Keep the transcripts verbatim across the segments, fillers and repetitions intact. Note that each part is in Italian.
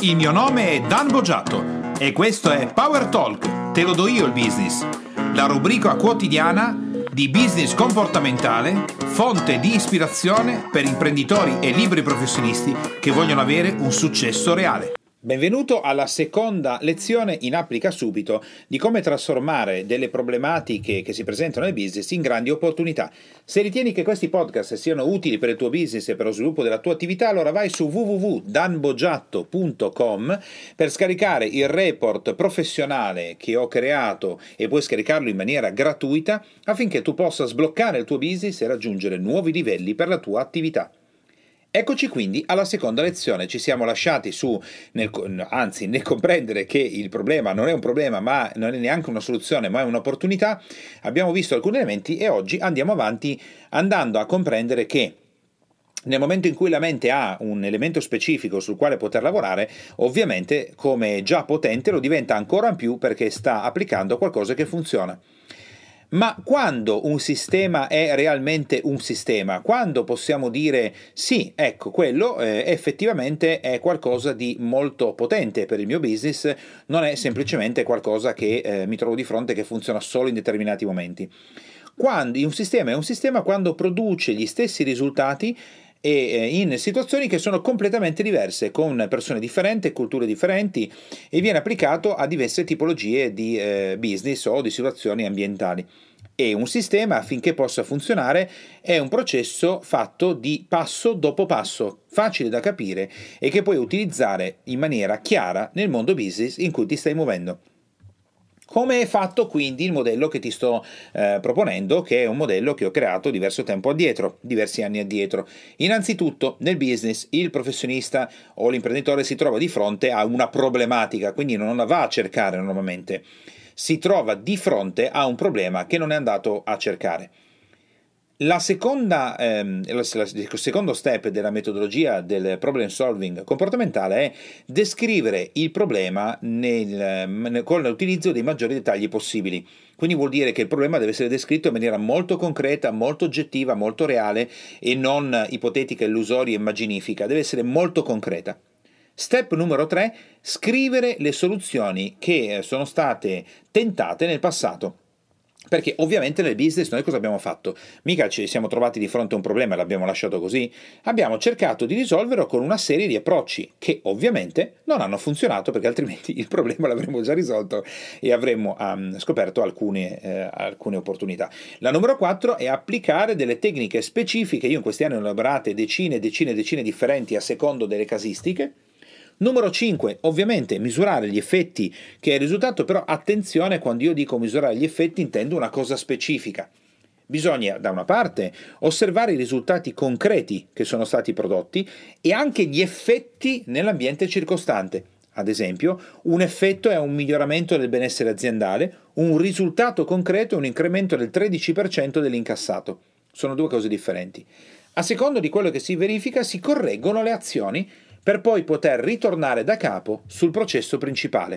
Il mio nome è Dan Boggiato e questo è Power Talk, te lo do io il business, la rubrica quotidiana di business comportamentale, fonte di ispirazione per imprenditori e liberi professionisti che vogliono avere un successo reale. Benvenuto alla seconda lezione in Applica Subito di come trasformare delle problematiche che si presentano nel business in grandi opportunità. Se ritieni che questi podcast siano utili per il tuo business e per lo sviluppo della tua attività, allora vai su w w w punto dan boggiatto punto com per scaricare il report professionale che ho creato e puoi scaricarlo in maniera gratuita affinché tu possa sbloccare il tuo business e raggiungere nuovi livelli per la tua attività. Eccoci quindi alla seconda lezione. Ci siamo lasciati su, nel, anzi nel comprendere che il problema non è un problema, ma non è neanche una soluzione, ma è un'opportunità. Abbiamo visto alcuni elementi e oggi andiamo avanti andando a comprendere che nel momento in cui la mente ha un elemento specifico sul quale poter lavorare, ovviamente come già potente lo diventa ancora più perché sta applicando qualcosa che funziona. Ma quando un sistema è realmente un sistema? Quando possiamo dire sì, ecco, quello eh, effettivamente è qualcosa di molto potente per il mio business, non è semplicemente qualcosa che eh, mi trovo di fronte che funziona solo in determinati momenti. Quando un sistema è un sistema quando produce gli stessi risultati e in situazioni che sono completamente diverse, con persone differenti, culture differenti, e viene applicato a diverse tipologie di eh, business o di situazioni ambientali. E un sistema, affinché possa funzionare, è un processo fatto di passo dopo passo, facile da capire e che puoi utilizzare in maniera chiara nel mondo business in cui ti stai muovendo. Come è fatto quindi il modello che ti sto eh, proponendo, che è un modello che ho creato diverso tempo addietro, diversi anni addietro. Innanzitutto, nel business il professionista o l'imprenditore si trova di fronte a una problematica, quindi non la va a cercare normalmente, si trova di fronte a un problema che non è andato a cercare. La seconda, ehm, il secondo step della metodologia del problem solving comportamentale è descrivere il problema nel, con l'utilizzo dei maggiori dettagli possibili. Quindi vuol dire che il problema deve essere descritto in maniera molto concreta, molto oggettiva, molto reale e non ipotetica, illusoria e immaginifica, deve essere molto concreta. Step numero tre, scrivere le soluzioni che sono state tentate nel passato. Perché ovviamente nel business noi cosa abbiamo fatto? Mica ci siamo trovati di fronte a un problema e l'abbiamo lasciato così. Abbiamo cercato di risolverlo con una serie di approcci che ovviamente non hanno funzionato, perché altrimenti il problema l'avremmo già risolto e avremmo um, scoperto alcune, eh, alcune opportunità. La numero quattro è applicare delle tecniche specifiche. Io in questi anni ho elaborate decine e decine e decine differenti a secondo delle casistiche. Numero cinque, ovviamente misurare gli effetti che è il risultato, però attenzione, quando io dico misurare gli effetti intendo una cosa specifica. Bisogna da una parte osservare i risultati concreti che sono stati prodotti e anche gli effetti nell'ambiente circostante. Ad esempio, un effetto è un miglioramento del benessere aziendale, un risultato concreto è un incremento del tredici per cento dell'incassato. Sono due cose differenti. A secondo di quello che si verifica si correggono le azioni per poi poter ritornare da capo sul processo principale.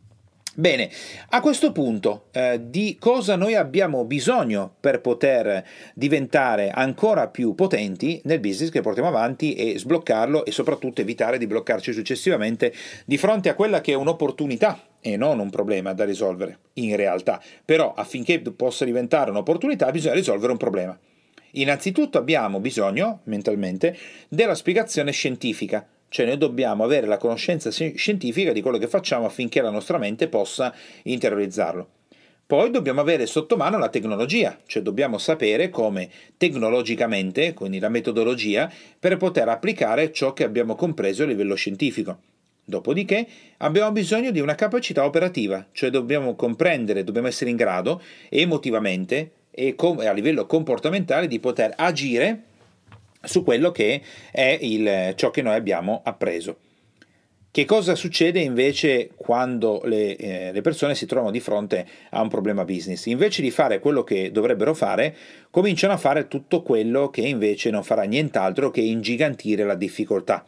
Bene, a questo punto eh, di cosa noi abbiamo bisogno per poter diventare ancora più potenti nel business che portiamo avanti e sbloccarlo e soprattutto evitare di bloccarci successivamente di fronte a quella che è un'opportunità e non un problema da risolvere in realtà. Però affinché possa diventare un'opportunità bisogna risolvere un problema. Innanzitutto abbiamo bisogno, mentalmente, della spiegazione scientifica. Cioè noi dobbiamo avere la conoscenza scientifica di quello che facciamo affinché la nostra mente possa interiorizzarlo. Poi dobbiamo avere sotto mano la tecnologia, cioè dobbiamo sapere come tecnologicamente, quindi la metodologia, per poter applicare ciò che abbiamo compreso a livello scientifico. Dopodiché abbiamo bisogno di una capacità operativa, cioè dobbiamo comprendere, dobbiamo essere in grado emotivamente e a livello comportamentale di poter agire su quello che è il, ciò che noi abbiamo appreso. Che cosa succede invece quando le, eh, le persone si trovano di fronte a un problema business? Invece di fare quello che dovrebbero fare, cominciano a fare tutto quello che invece non farà nient'altro che ingigantire la difficoltà.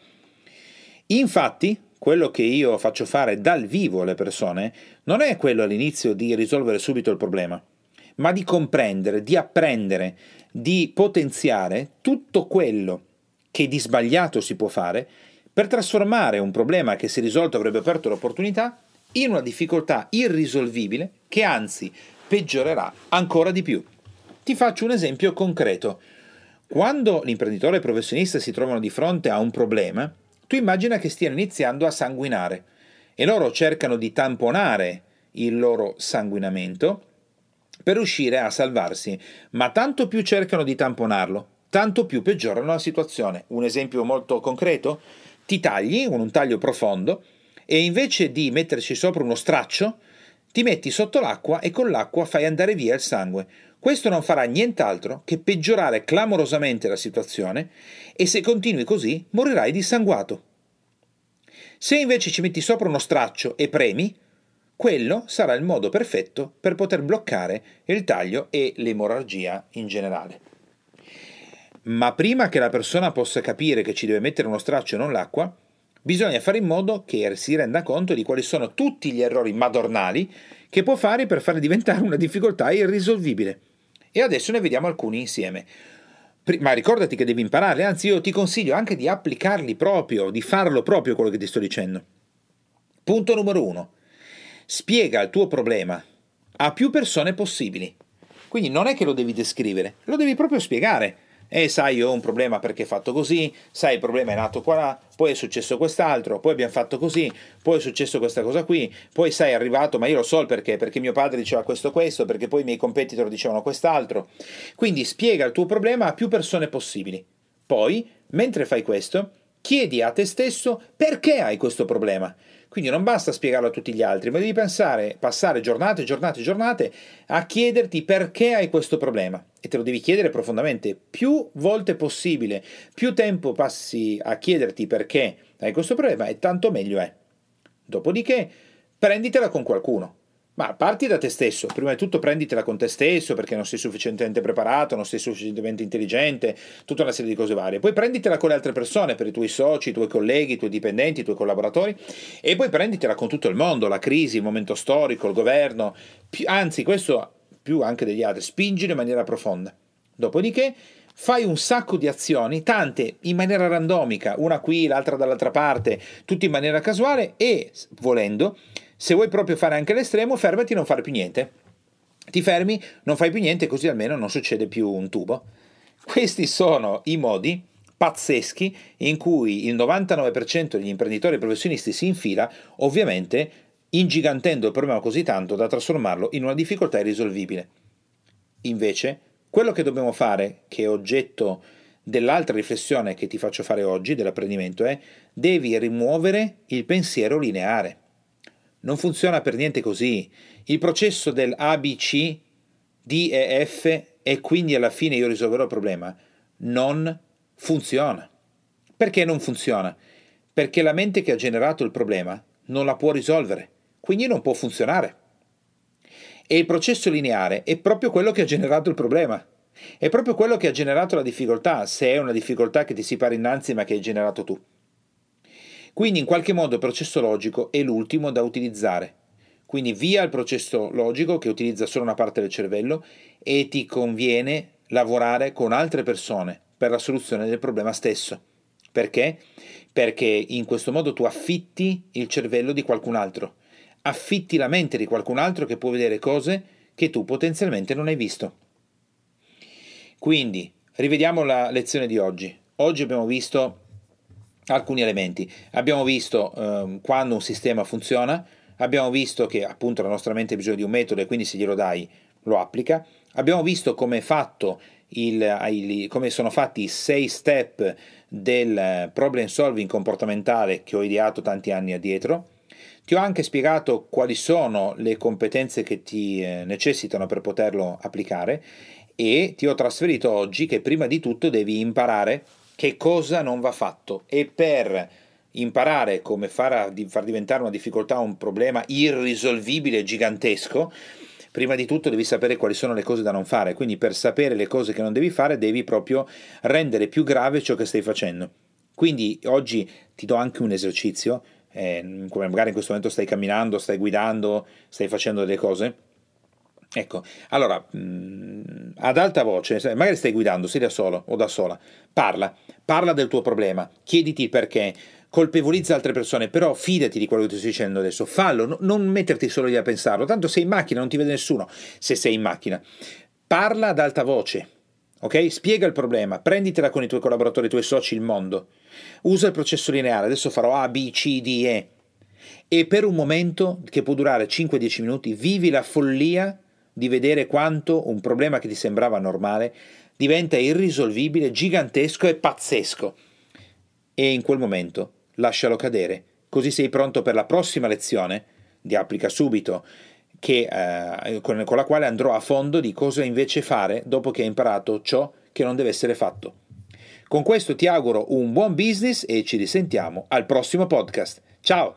Infatti, quello che io faccio fare dal vivo alle persone non è quello all'inizio di risolvere subito il problema, ma di comprendere, di apprendere, di potenziare tutto quello che di sbagliato si può fare per trasformare un problema che se risolto avrebbe aperto l'opportunità in una difficoltà irrisolvibile che anzi peggiorerà ancora di più. Ti faccio un esempio concreto. Quando l'imprenditore professionista si trovano di fronte a un problema, tu immagina che stiano iniziando a sanguinare e loro cercano di tamponare il loro sanguinamento per riuscire a salvarsi, ma tanto più cercano di tamponarlo, tanto più peggiorano la situazione. Un esempio molto concreto: ti tagli con un taglio profondo e invece di metterci sopra uno straccio, ti metti sotto l'acqua e con l'acqua fai andare via il sangue. Questo non farà nient'altro che peggiorare clamorosamente la situazione e se continui così morirai dissanguato. Se invece ci metti sopra uno straccio e premi, quello sarà il modo perfetto per poter bloccare il taglio e l'emorragia in generale. Ma prima che la persona possa capire che ci deve mettere uno straccio e non l'acqua, bisogna fare in modo che si renda conto di quali sono tutti gli errori madornali che può fare per fare diventare una difficoltà irrisolvibile. E adesso ne vediamo alcuni insieme. Ma ricordati che devi impararli, anzi io ti consiglio anche di applicarli proprio, di farlo proprio quello che ti sto dicendo. Punto numero uno. Spiega il tuo problema a più persone possibili. Quindi non è che lo devi descrivere, lo devi proprio spiegare. E sai, io ho un problema perché è fatto così, sai, il problema è nato qua là, poi è successo quest'altro, poi abbiamo fatto così, poi è successo questa cosa qui, poi sai, è arrivato, ma io lo so il perché, perché mio padre diceva questo questo, perché poi i miei competitor dicevano quest'altro. Quindi spiega il tuo problema a più persone possibili. Poi, mentre fai questo, chiedi a te stesso perché hai questo problema. Quindi non basta spiegarlo a tutti gli altri, ma devi pensare, passare giornate, giornate, giornate a chiederti perché hai questo problema. E te lo devi chiedere profondamente. Più volte possibile, più tempo passi a chiederti perché hai questo problema, e tanto meglio è. Dopodiché, prenditela con qualcuno. Ma parti da te stesso. Prima di tutto prenditela con te stesso perché non sei sufficientemente preparato, non sei sufficientemente intelligente, tutta una serie di cose varie. Poi prenditela con le altre persone, per i tuoi soci, i tuoi colleghi, i tuoi dipendenti, i tuoi collaboratori, e poi prenditela con tutto il mondo, la crisi, il momento storico, il governo, più, anzi questo più anche degli altri, spingilo in maniera profonda. Dopodiché fai un sacco di azioni, tante in maniera randomica, una qui, l'altra dall'altra parte, tutte in maniera casuale, e volendo, se vuoi proprio fare anche l'estremo, fermati e non fare più niente. Ti fermi, non fai più niente, così almeno non succede più un tubo. Questi sono i modi pazzeschi in cui il novantanove per cento degli imprenditori professionisti si infila, ovviamente ingigantendo il problema così tanto da trasformarlo in una difficoltà irrisolvibile. Invece, quello che dobbiamo fare, che è oggetto dell'altra riflessione che ti faccio fare oggi, dell'apprendimento, è: devi rimuovere il pensiero lineare. Non funziona per niente così. Il processo del A B C, D E F e quindi alla fine io risolverò il problema non funziona. Perché non funziona? Perché la mente che ha generato il problema non la può risolvere, quindi non può funzionare. E il processo lineare è proprio quello che ha generato il problema. È proprio quello che ha generato la difficoltà, se è una difficoltà che ti si pare innanzi ma che hai generato tu. Quindi in qualche modo il processo logico è l'ultimo da utilizzare. Quindi via il processo logico che utilizza solo una parte del cervello e ti conviene lavorare con altre persone per la soluzione del problema stesso. Perché? Perché in questo modo tu affitti il cervello di qualcun altro, affitti la mente di qualcun altro che può vedere cose che tu potenzialmente non hai visto. Quindi, rivediamo la lezione di oggi. Oggi abbiamo visto alcuni elementi. Abbiamo visto eh, quando un sistema funziona, abbiamo visto che appunto la nostra mente ha bisogno di un metodo e quindi se glielo dai lo applica. Abbiamo visto come è fatto il, il, come sono fatti i sei step del problem solving comportamentale che ho ideato tanti anni addietro. Ti ho anche spiegato quali sono le competenze che ti eh, necessitano per poterlo applicare, e ti ho trasferito oggi che prima di tutto devi imparare che cosa non va fatto, e per imparare come far, far diventare una difficoltà un problema irrisolvibile, gigantesco, prima di tutto devi sapere quali sono le cose da non fare. Quindi per sapere le cose che non devi fare devi proprio rendere più grave ciò che stai facendo. Quindi oggi ti do anche un esercizio, eh, come magari in questo momento stai camminando, stai guidando, stai facendo delle cose. Ecco, allora, mh, ad alta voce, magari stai guidando, sei da solo o da sola, parla, parla del tuo problema, chiediti il perché, colpevolizza altre persone, però fidati di quello che ti sto dicendo adesso, fallo, no, non metterti solo lì a pensarlo, tanto sei in macchina, non ti vede nessuno se sei in macchina. Parla ad alta voce, ok? Spiega il problema, prenditela con i tuoi collaboratori, i tuoi soci, il mondo. Usa il processo lineare, adesso farò A, B, C, D, E. E per un momento, che può durare cinque dieci minuti, vivi la follia di vedere quanto un problema che ti sembrava normale diventa irrisolvibile, gigantesco e pazzesco. E in quel momento lascialo cadere, così sei pronto per la prossima lezione di Applica Subito, che, eh, con, con la quale andrò a fondo di cosa invece fare dopo che hai imparato ciò che non deve essere fatto. Con questo ti auguro un buon business e ci risentiamo al prossimo podcast. Ciao!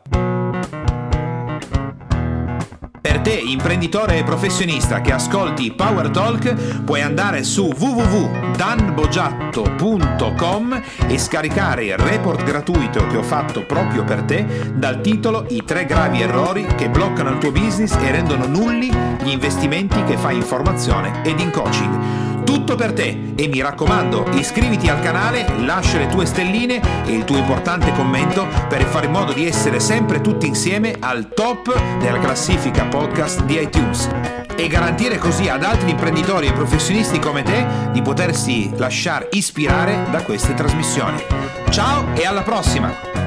Per te, imprenditore e professionista che ascolti Power Talk, puoi andare su w w w punto dan boggiatto punto com e scaricare il report gratuito che ho fatto proprio per te dal titolo I tre gravi errori che bloccano il tuo business e rendono nulli gli investimenti che fai in formazione ed in coaching. Tutto per te, e mi raccomando, iscriviti al canale, lascia le tue stelline e il tuo importante commento per fare in modo di essere sempre tutti insieme al top della classifica podcast di iTunes e garantire così ad altri imprenditori e professionisti come te di potersi lasciare ispirare da queste trasmissioni. Ciao e alla prossima!